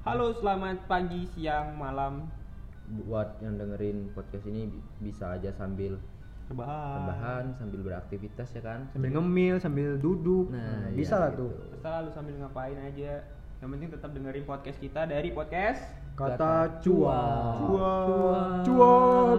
Halo, selamat pagi, siang, malam. Buat yang dengerin podcast ini bisa aja sambil rebahan, sambil beraktivitas ya kan. Sambil ngemil, sambil duduk. Nah, bisa ya lah gitu. tuh. Selalu sambil ngapain aja. Yang penting tetap dengerin podcast kita dari podcast Kata cuap. Cuap.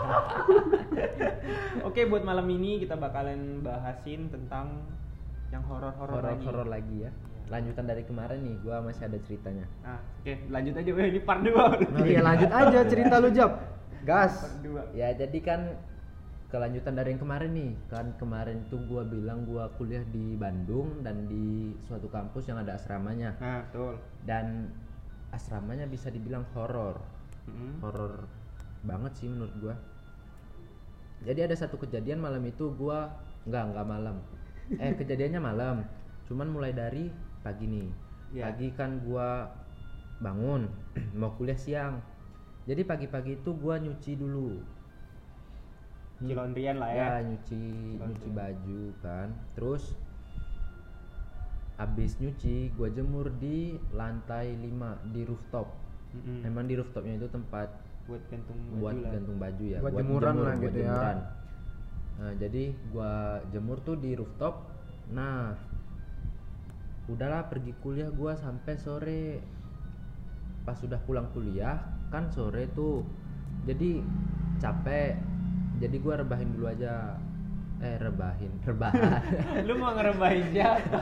Oke, buat malam ini kita bakalan bahasin tentang yang horor-horor lagi. Horor lagi ya. Lanjutan dari kemarin nih, gua masih ada ceritanya. Nah, oke, lanjut aja. Weh, ini part 2. Nah, iya lanjut aja cerita lu Jap. Gas. Part 2. Ya jadi kan kelanjutan dari yang kemarin nih. Kan kemarin tuh gua bilang gua kuliah di Bandung dan di suatu kampus yang ada asramanya. Nah, betul. Dan asramanya bisa dibilang horor. Horor banget sih menurut gua. Jadi ada satu kejadian malam itu gua enggak malam. Kejadiannya malam. Cuman mulai dari pagi nih. Ya. Pagi kan gua bangun mau kuliah siang. Jadi pagi-pagi itu gua nyuci dulu. Cuci laundryan lah ya. nyuci baju kan. Terus habis nyuci gua jemur di lantai 5 di rooftop. Emang di rooftopnya itu tempat Buat gantung baju buat lah. gantung baju ya, Buat jemuran lah buat gitu ya. jemuran. Nah, jadi gua jemur tuh di rooftop. Nah, udahlah pergi kuliah gua sampai sore. Pas sudah pulang kuliah kan sore tuh, jadi capek, jadi gua rebahin dulu aja. Rebahan. Lu mau ngerebahin siapa?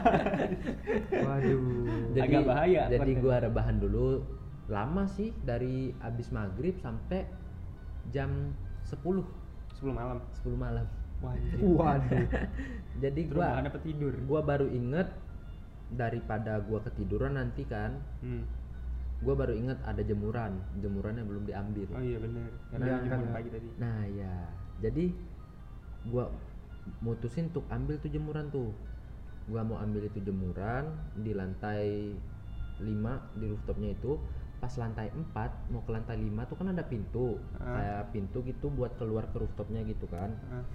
Waduh. Jadi, Agak bahaya, jadi konten. gua rebahan dulu lama sih, dari abis maghrib sampai jam 10 10 malam. 10 malam. Waduh. Jadi Terus gua ada tidur. gua baru inget, daripada gua ketiduran nanti kan, gua baru inget ada jemurannya belum diambil. Oh iya bener. Karena Nah, jemur kan. pagi tadi. Nah ya, jadi gua mutusin untuk ambil tuh jemuran tuh. Gua mau ambil itu jemuran di lantai 5 di rooftopnya itu. Pas lantai 4 mau ke lantai 5 tuh kan ada pintu, kayak pintu gitu buat keluar ke rooftopnya gitu kan.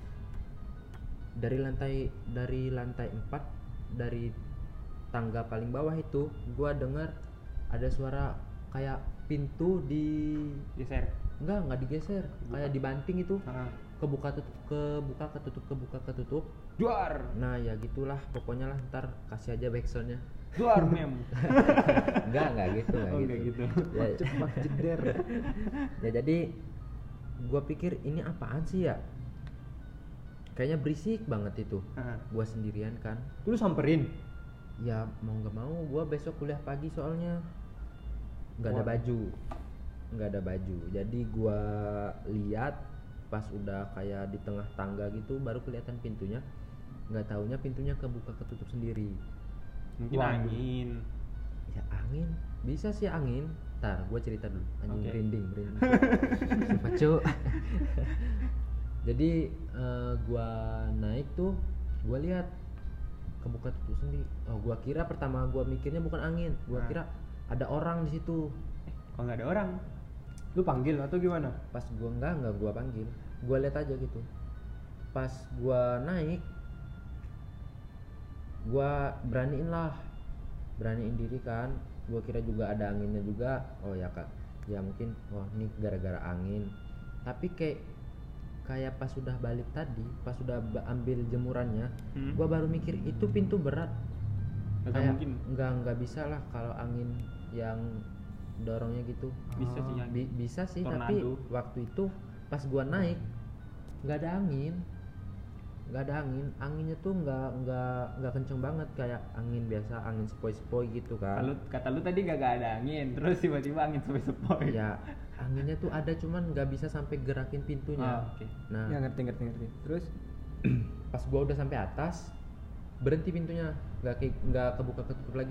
Dari lantai 4, dari tangga paling bawah itu gua dengar ada suara kayak pintu Geser. enggak digeser, kayak dibanting itu, kebuka ketutup. Duar. Nah ya gitulah pokoknya lah, ntar kasih aja backsoundnya. Duar mem. enggak gitu. Oh, enggak gitu. Ya, Cepat jeder. ya jadi gua pikir ini apaan sih ya, kayaknya berisik banget itu. Gua sendirian kan, Lu samperin. ya mau nggak mau gua besok kuliah pagi soalnya nggak ada baju. Jadi gua lihat pas udah kayak di tengah tangga gitu baru kelihatan pintunya. Nggak taunya pintunya kebuka ketutup sendiri. Mungkin Waduh. angin. Ya angin, bisa sih angin. Ntar gua cerita dulu. Anjing Oke. merinding. Sumpah cu. Jadi gua naik tuh, gua lihat kebuka tutup sendiri. Oh, gua kira pertama gua mikirnya bukan angin, gua kira ada orang di situ. Kalau nggak ada orang. Lu panggil atau gimana? Pas gua enggak gua panggil, gua lihat aja gitu. Pas gua naik, gua beraniin diri kan. Gua kira juga ada anginnya juga. Oh ya kak, ya mungkin wah ini gara-gara angin. Tapi kayak pas sudah balik tadi, pas sudah ambil jemurannya, gua baru mikir itu pintu berat. Nggak Kayak mungkin. nggak bisa lah kalau angin yang dorongnya gitu. Bisa sih angin. Bisa sih, Tornado. tapi waktu itu pas gua naik nggak ada angin. Anginnya tuh nggak kenceng banget kayak angin biasa, angin sepoi-sepoi gitu kan. Kata lu tadi nggak ada angin, terus tiba-tiba angin sepoi-sepoi. Ya anginnya tuh ada, cuman nggak bisa sampai gerakin pintunya. Oke. Nah Ya ngerti. Terus pas gua udah sampai atas, berhenti pintunya, nggak kebuka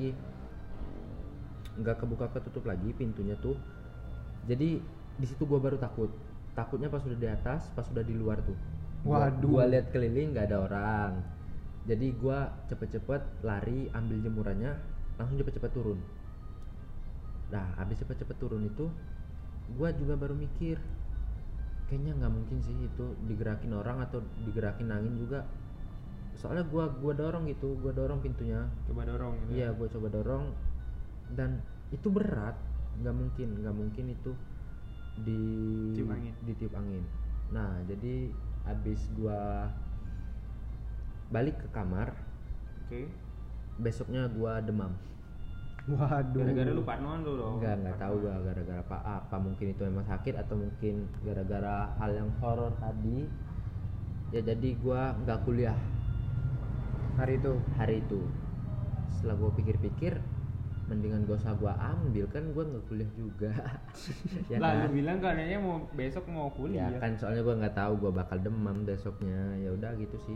ketutup lagi pintunya tuh. Jadi di situ gua baru takutnya pas udah di atas, pas udah di luar tuh. Waduh. Gua lihat keliling nggak ada orang, jadi gua cepet-cepet lari ambil jemurannya, langsung cepet-cepet turun. Nah abis cepet-cepet turun itu gua juga baru mikir, kayaknya nggak mungkin sih itu digerakin orang atau digerakin angin juga. Soalnya gua dorong pintunya. Coba dorong gitu. Iya, gua coba dorong dan itu berat. nggak mungkin itu di ditiup angin. Nah jadi abis gua balik ke kamar, Oke. besoknya gua demam. Waduh. Gara-gara lu parnoan lu dong. Nggak tahu gua gara-gara apa mungkin itu memang sakit atau mungkin gara-gara hal yang horor tadi. Ya jadi gua nggak kuliah Hari itu. Setelah gua pikir-pikir, mendingan gak usah gua ambil, kan gua nggak kuliah juga. Ya Lah kan? lu bilang katanya mau besok mau Ya kuliah. kan soalnya gua nggak tahu gua bakal demam besoknya. Ya udah gitu sih.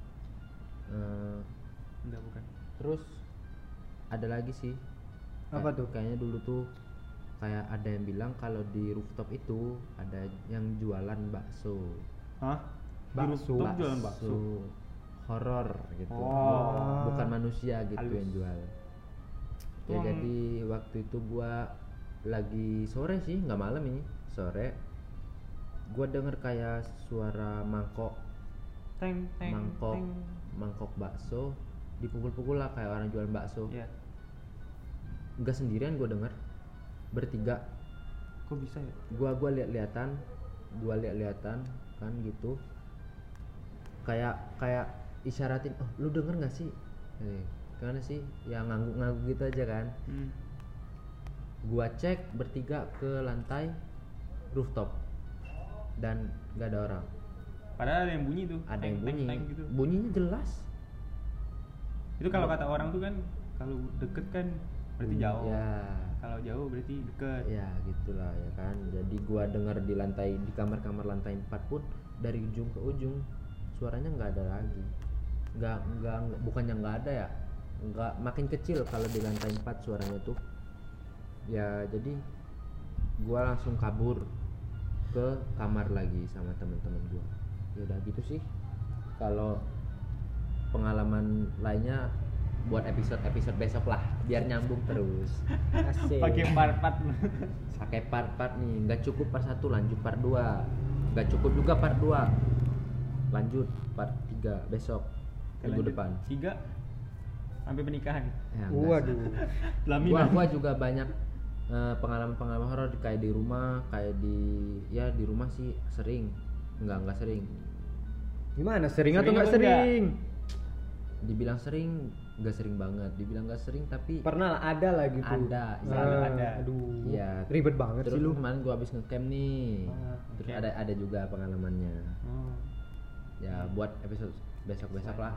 Enggak, bukan. Terus ada lagi sih. Apa tuh? Kayaknya dulu tuh kayak ada yang bilang kalau di rooftop itu ada yang jualan bakso. Hah? Bakso? Di rooftop jualan bakso. Horor gitu. Oh. Bukan manusia gitu Halus. yang jual. Itu Ya yang- jadi waktu itu gua lagi sore sih, nggak malam ini, sore. Gua denger kayak suara mangkok Teng teng teng. mangkok bakso dipukul-pukul lah kayak orang jualan bakso. Iya. Nggak sendirian gua denger, bertiga. Kok bisa ya? Gua lihat-lihatan kan gitu. Kayak isyaratin, "Oh, lu denger nggak sih?" Karena sih ya ngangguk-ngangguk gitu aja kan. Gua cek bertiga ke lantai rooftop dan nggak ada orang. Padahal ada yang bunyi tuh. Ada Teng, yang teng, bunyi, teng gitu. bunyinya jelas. Itu kalau kata orang tuh kan kalau deket kan berarti Bunyi, jauh. ya. Kalau jauh berarti deket. Ya gitulah ya kan. Jadi gua dengar di kamar-kamar lantai 4 pun dari ujung ke ujung suaranya nggak ada lagi. Nggak bukannya nggak ada ya, nggak, makin kecil kalau di lantai 4 suaranya tuh. Ya jadi gua langsung kabur ke kamar lagi sama teman-teman gua. Ya udah gitu sih. Kalau pengalaman lainnya buat episode besok lah, biar nyambung terus. Asik. Pakai part-part. Pakai part-part nih, nggak cukup part 1, lanjut part 2. Nggak cukup juga part 2, lanjut part 3 besok, minggu Lanjut depan. 3 sampai pernikahan. Ya, nggak Waduh. sih. Pelaminan. Gua juga banyak pengalaman horor kayak di rumah, di rumah sih sering, nggak sering. Gimana? Sering atau Sering nggak atau enggak? sering? Dibilang sering, nggak sering banget. Dibilang nggak sering tapi Pernah lah, ada lah gitu. Ada, selalu ada. Aduh. Iya. Ribet banget terus sih lu. kemarin gua habis ngecamp nih. Terus oke. ada juga pengalamannya. Oh. Ya buat episode besok lah.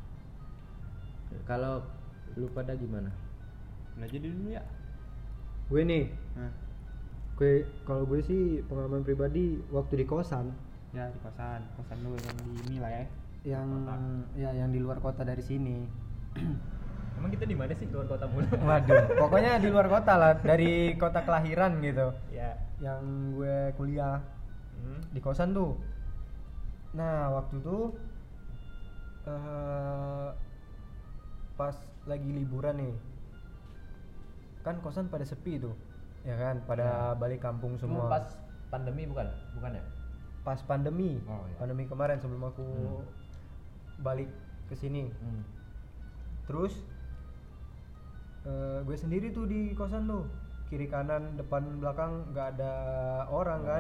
Kalau lu pada gimana? Nah, jadi dulu ya. Gue nih, Nah, kalau gue sih pengalaman pribadi waktu di kosan ya di kosan lu yang di ini lah ya. yang Kota. yang di luar kota dari sini. Emang kita di mana sih luar kota mulu? Waduh, pokoknya di luar kota lah, dari kota kelahiran gitu. Ya. Yang gue kuliah di kosan tuh. Nah, waktu itu pas lagi liburan nih. Kan kosan pada sepi tuh. Ya kan, pada balik kampung semua. Pas pandemi bukan ya? Pas pandemi. Oh, iya. Pandemi kemarin sebelum aku balik ke sini. Terus gue sendiri tuh di kosan tuh, kiri kanan depan belakang nggak ada orang kan.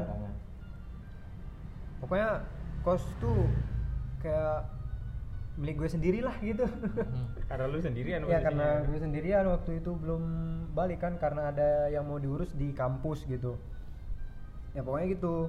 Pokoknya kos tuh kayak milik gue sendiri lah gitu. Karena lu sendirian Ya posisinya. karena gue sendirian waktu itu belum balik kan, karena ada yang mau diurus di kampus gitu. Ya pokoknya gitu.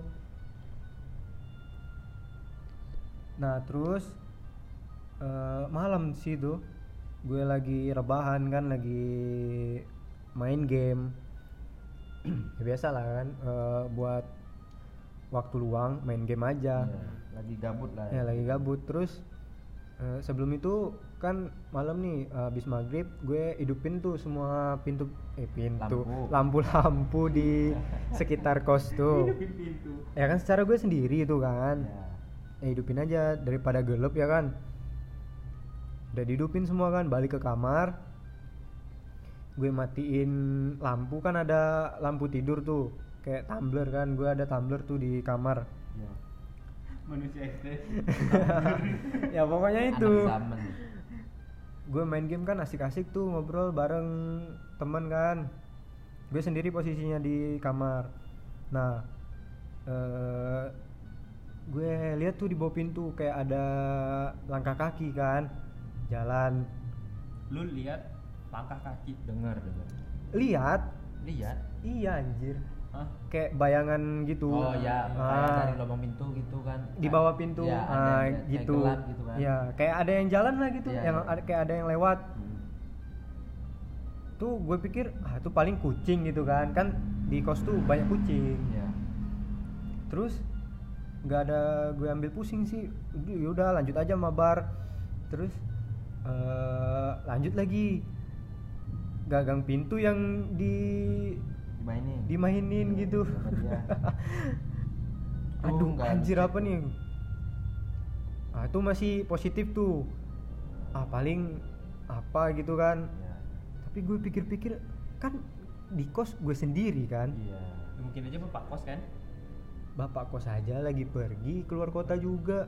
Nah terus malam sih tuh gue lagi rebahan kan, lagi main game. Ya biasa lah kan, buat waktu luang main game aja. Lagi gabut lah Ya lagi gabut. Terus sebelum itu kan malam nih, habis maghrib gue hidupin tuh semua lampu-lampu di sekitar kos tuh. Ya kan secara gue sendiri tuh kan. Ya hidupin aja daripada gelap ya kan. Udah dihidupin semua kan, balik ke kamar. Gue matiin lampu, kan ada lampu tidur tuh kayak tumbler kan, gue ada tumbler tuh di kamar. Manusia SD. Ya pokoknya itu. Anak zaman. Gue main game kan asik-asik tuh, ngobrol bareng temen kan. gue sendiri posisinya di kamar. Nah gue lihat tuh di bawah pintu kayak ada langkah kaki kan jalan. Lu lihat langkah kaki? dengar Lihat iya anjir, Hah? kayak bayangan gitu. oh ya kayak dari lubang pintu gitu kan Di bawah pintu, ya, ada yang kayak gitu. gelap gitu kan. Ya, kayak ada yang jalan lah gitu, Iya, yang iya. kayak ada yang lewat. Tuh gue pikir tuh paling kucing gitu kan di kos tuh banyak kucing. ya Terus nggak ada gue ambil pusing sih, yaudah lanjut aja mabar. Terus lanjut lagi gagang pintu yang dimainin gitu. sama dia. Aduh Nggak anjir lucu. apa nih. Itu masih positif tuh. Paling apa gitu kan. Ya, Tapi gue pikir-pikir kan di kos gue sendiri kan. iya. Mungkin aja bapak kos kan? Bapak kos aja lagi pergi keluar kota juga.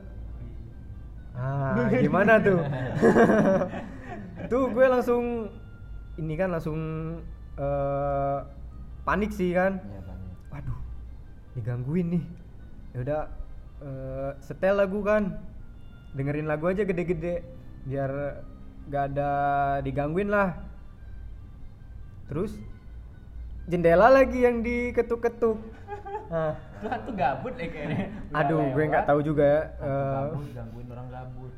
Gimana tuh? Tuh gue langsung panik sih kan. Iya banyak. Waduh, digangguin nih. Ya udah setel lagu kan. Dengerin lagu aja gede-gede biar gak ada digangguin lah. Terus jendela lagi yang diketuk-ketuk. Tuhan tuh gabut kayaknya. Aduh, gue nggak tahu juga ya. Gabut gangguin orang gabut.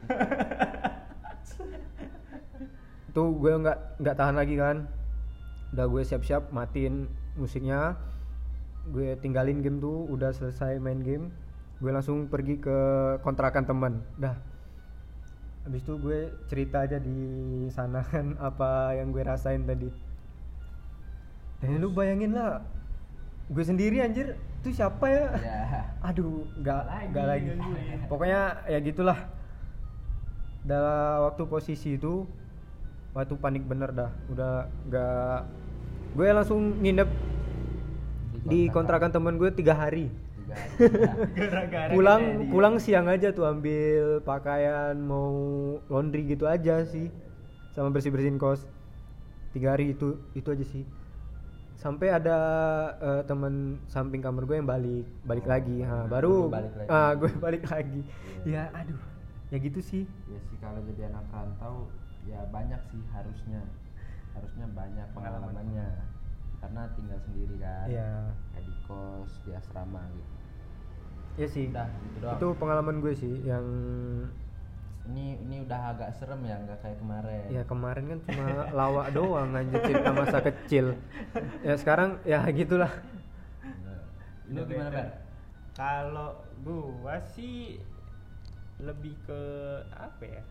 Tuh gue nggak tahan lagi kan. Udah gue siap-siap matiin musiknya. Gue tinggalin game tuh, udah selesai main game. Gue langsung pergi ke kontrakan teman. Dah. Habis itu gue cerita aja di sana kan apa yang gue rasain tadi. Dan lu bayangin lah, gue sendiri anjir, tuh siapa ya? Ya. Aduh, nggak lagi. gangguin. Pokoknya ya gitulah. Dalam waktu posisi itu, waktu panik bener dah. Udah nggak, gue langsung nginep di kontrakan temen gue 3 hari. Gara-gara Pulang siang aja tuh ambil pakaian, mau laundry gitu aja sih, sama bersih-bersihin kos. 3 hari itu aja sih. Sampai ada teman samping kamar gue yang balik lagi. Baru balik lagi. gue balik lagi. Ya aduh, ya gitu sih. Ya sih kalau jadi anak rantau ya banyak sih harusnya banyak pengalamannya karena tinggal sendiri kan. Iya. Kayak di kos di asrama gitu. Ya sih. Udah gitu doang. Itu pengalaman gue sih yang Ini udah agak serem ya, nggak kayak kemarin. ya kemarin kan cuma lawak doang anjir, cerita masa kecil. Ya sekarang ya gitulah. Lu gimana, Bar? Kalau gua sih lebih ke apa ya?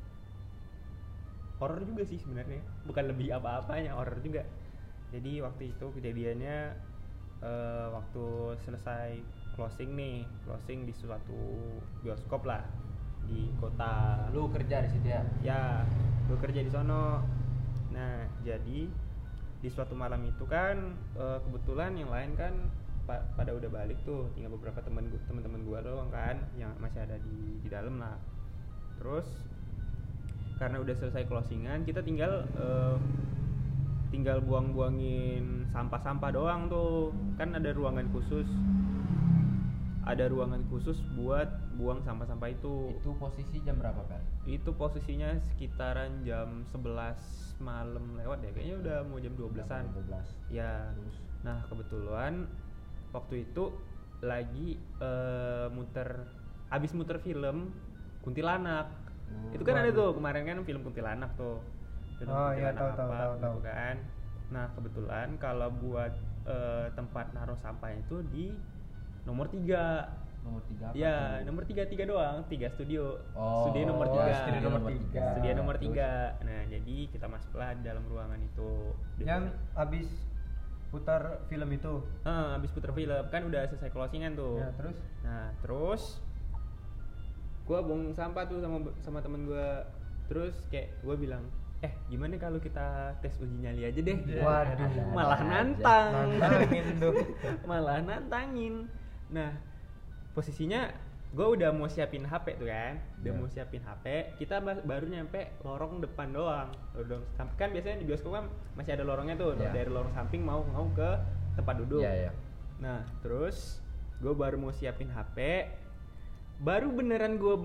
Horor juga sih sebenarnya. Bukan lebih apa-apanya, horor juga. Jadi waktu itu kejadiannya waktu selesai closing di suatu bioskop lah di kota. Lu kerja di situ ya? Ya, gue kerja di sono. Nah, jadi di suatu malam itu kan kebetulan yang lain kan pada udah balik tuh, tinggal beberapa teman-teman gue doang kan yang masih ada di dalam lah. Terus karena udah selesai closingan, kita tinggal buang-buangin sampah-sampah doang tuh. Kan ada ruangan khusus buat buang sampah-sampah itu. Itu posisi jam berapa, Kan? Itu posisinya sekitaran jam 11 malam lewat ya, kayaknya udah mau jam 12-an. 12. Ya. Terus Nah, kebetulan waktu itu lagi abis muter film Kuntilanak. Itu kan ada tuh kemarin kan film Kuntilanak tuh. Film Iya, Kuntilanak tahu. gitu kan. Nah, kebetulan kalau buat tempat naruh sampah itu di nomor 3. nomor 3 apa? Ya, nomor 3 doang, 3 studio. Oh, Studio nomor 3. studio nomor 3. Studio nomor Terus? 3. Nah, jadi kita masuklah di dalam ruangan itu. Yang habis putar film itu. Habis puter film kan udah selesai closingan tuh. Ya, terus? Nah, terus gua buang sampah tuh sama temen gua. Terus kayak gua bilang, gimana kalau kita tes uji nyali aja deh. Waduh. Malah Ada nantang. Nantangin tuh. Malah nantangin. Nah, posisinya gue udah mau siapin HP tuh kan, Ya. mau siapin HP, kita baru nyampe lorong depan doang. Kan biasanya di bioskop kan masih ada lorongnya tuh, Ya. dari lorong samping mau ke tempat duduk. Iya. Nah terus gue baru mau siapin HP, baru beneran gue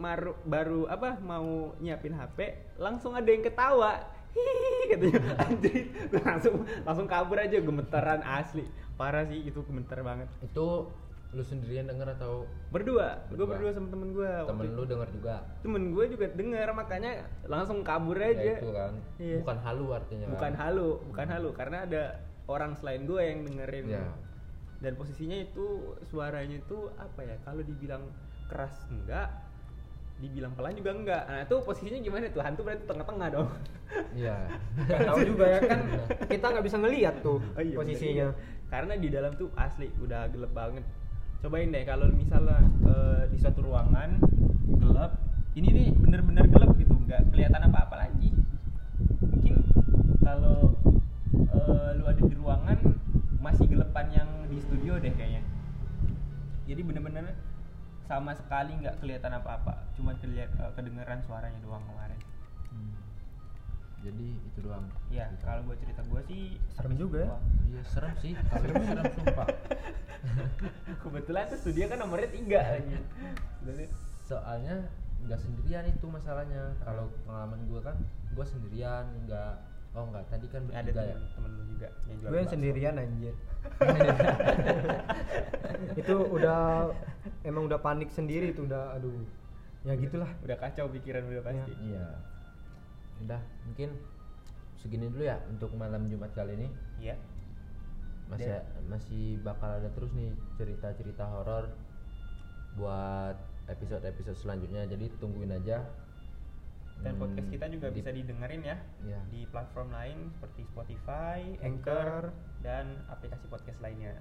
mau nyiapin HP, langsung ada yang ketawa, hihihi katanya. Anjir, gue langsung kabur aja, gemeteran asli, parah sih itu, gemeter banget. Itu lu sendirian denger atau Berdua, gue Berdua. berdua sama temen gue. temen lu denger juga? Temen gue juga denger, makanya langsung kabur aja. Ya itu kan. Iya. Bukan halu artinya. Bukan halu, karena ada orang selain gue yang dengerin. Ya. Dan posisinya itu suaranya itu apa ya? Kalau dibilang keras enggak, dibilang pelan juga enggak. Nah itu posisinya gimana tuh? Hantu berarti tengah-tengah dong. Iya. Nggak tahu juga ya kan, kita nggak bisa ngelihat tuh Oh iya, posisinya. bener. Karena di dalam tuh asli udah gelap banget. Cobain deh kalau misalnya di suatu ruangan gelap, ini nih bener-bener gelap gitu, nggak kelihatan apa-apa lagi. Mungkin kalau lu ada di ruangan masih gelapan yang di studio deh kayaknya. Jadi bener-bener sama sekali nggak kelihatan apa-apa, cuma kedengeran suaranya doang kemarin. Jadi itu doang. Ya Gitu. kalau gue cerita gue sih Serem juga ya. doang. Iya serem sih. Kalau itu serem sumpah. Kebetulan tuh studio kan nomornya 3 lagi. Soalnya nggak sendirian itu masalahnya. Kalau pengalaman gue kan, gue sendirian nggak. Oh nggak, tadi kan Ada bertiga ya. temen lu juga yang jual Gue yang bakso. sendirian anjir. Itu emang udah panik sendiri itu, udah aduh. Ya gitulah. Udah kacau pikiran udah pasti. Iya. Udah, mungkin segini dulu ya untuk malam Jumat kali ini. Iya. Masih bakal ada terus nih cerita-cerita horor buat episode-episode selanjutnya. Jadi tungguin aja. Dan podcast kita juga bisa didengerin ya Iya. di platform lain seperti Spotify, Anchor, dan aplikasi podcast lainnya.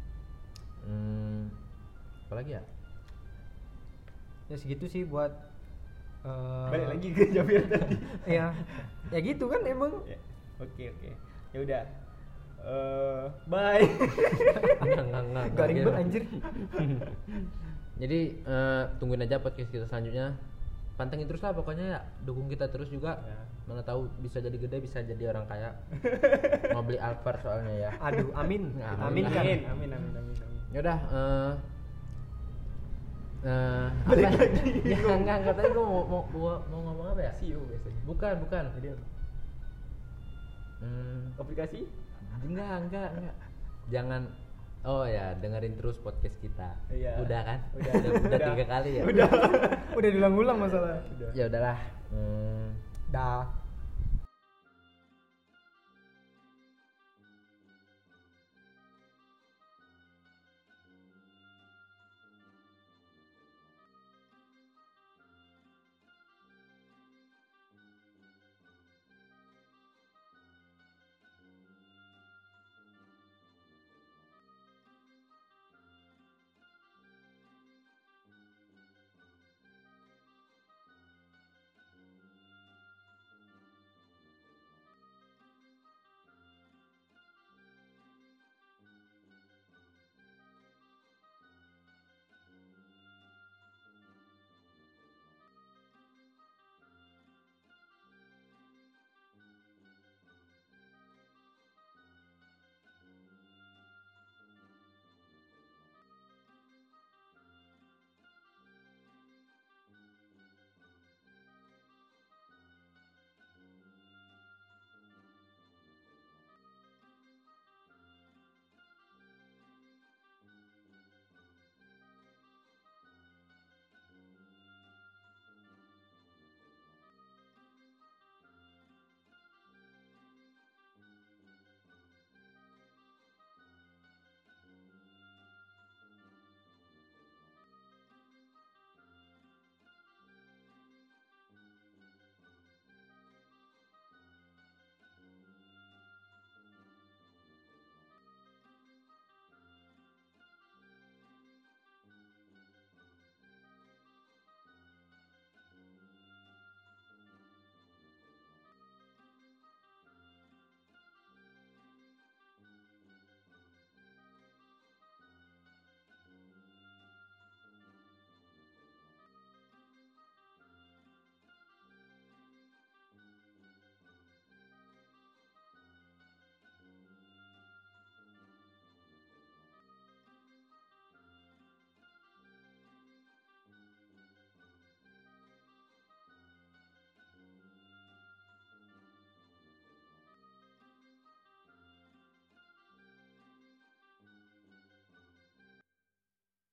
Apa lagi ya? Ya segitu sih buat Balik lagi ke Jabir tadi. ya ya gitu kan emang. Ya, oke. Ya udah. Bye. Enggak. Gak ribet anjir. Jadi tungguin aja podcast kita selanjutnya. Pantengin terus lah pokoknya ya. Dukung kita terus juga. Ya. Mana tahu bisa jadi gede, bisa jadi orang kaya. Mau beli Alphard soalnya ya. Aduh, amin. Nah, Amin kan. Amin. Ya udah apa? Ya enggak tadi gua mau ngomong apa ya? CEO biasanya. Bukan. Jadi apa? Aplikasi? Enggak. Jangan. Oh ya, dengerin terus podcast kita. Iya. Udah kan? Udah. Udah 3 kali ya. Udah diulang-ulang masalah. Ya udahlah. Dah.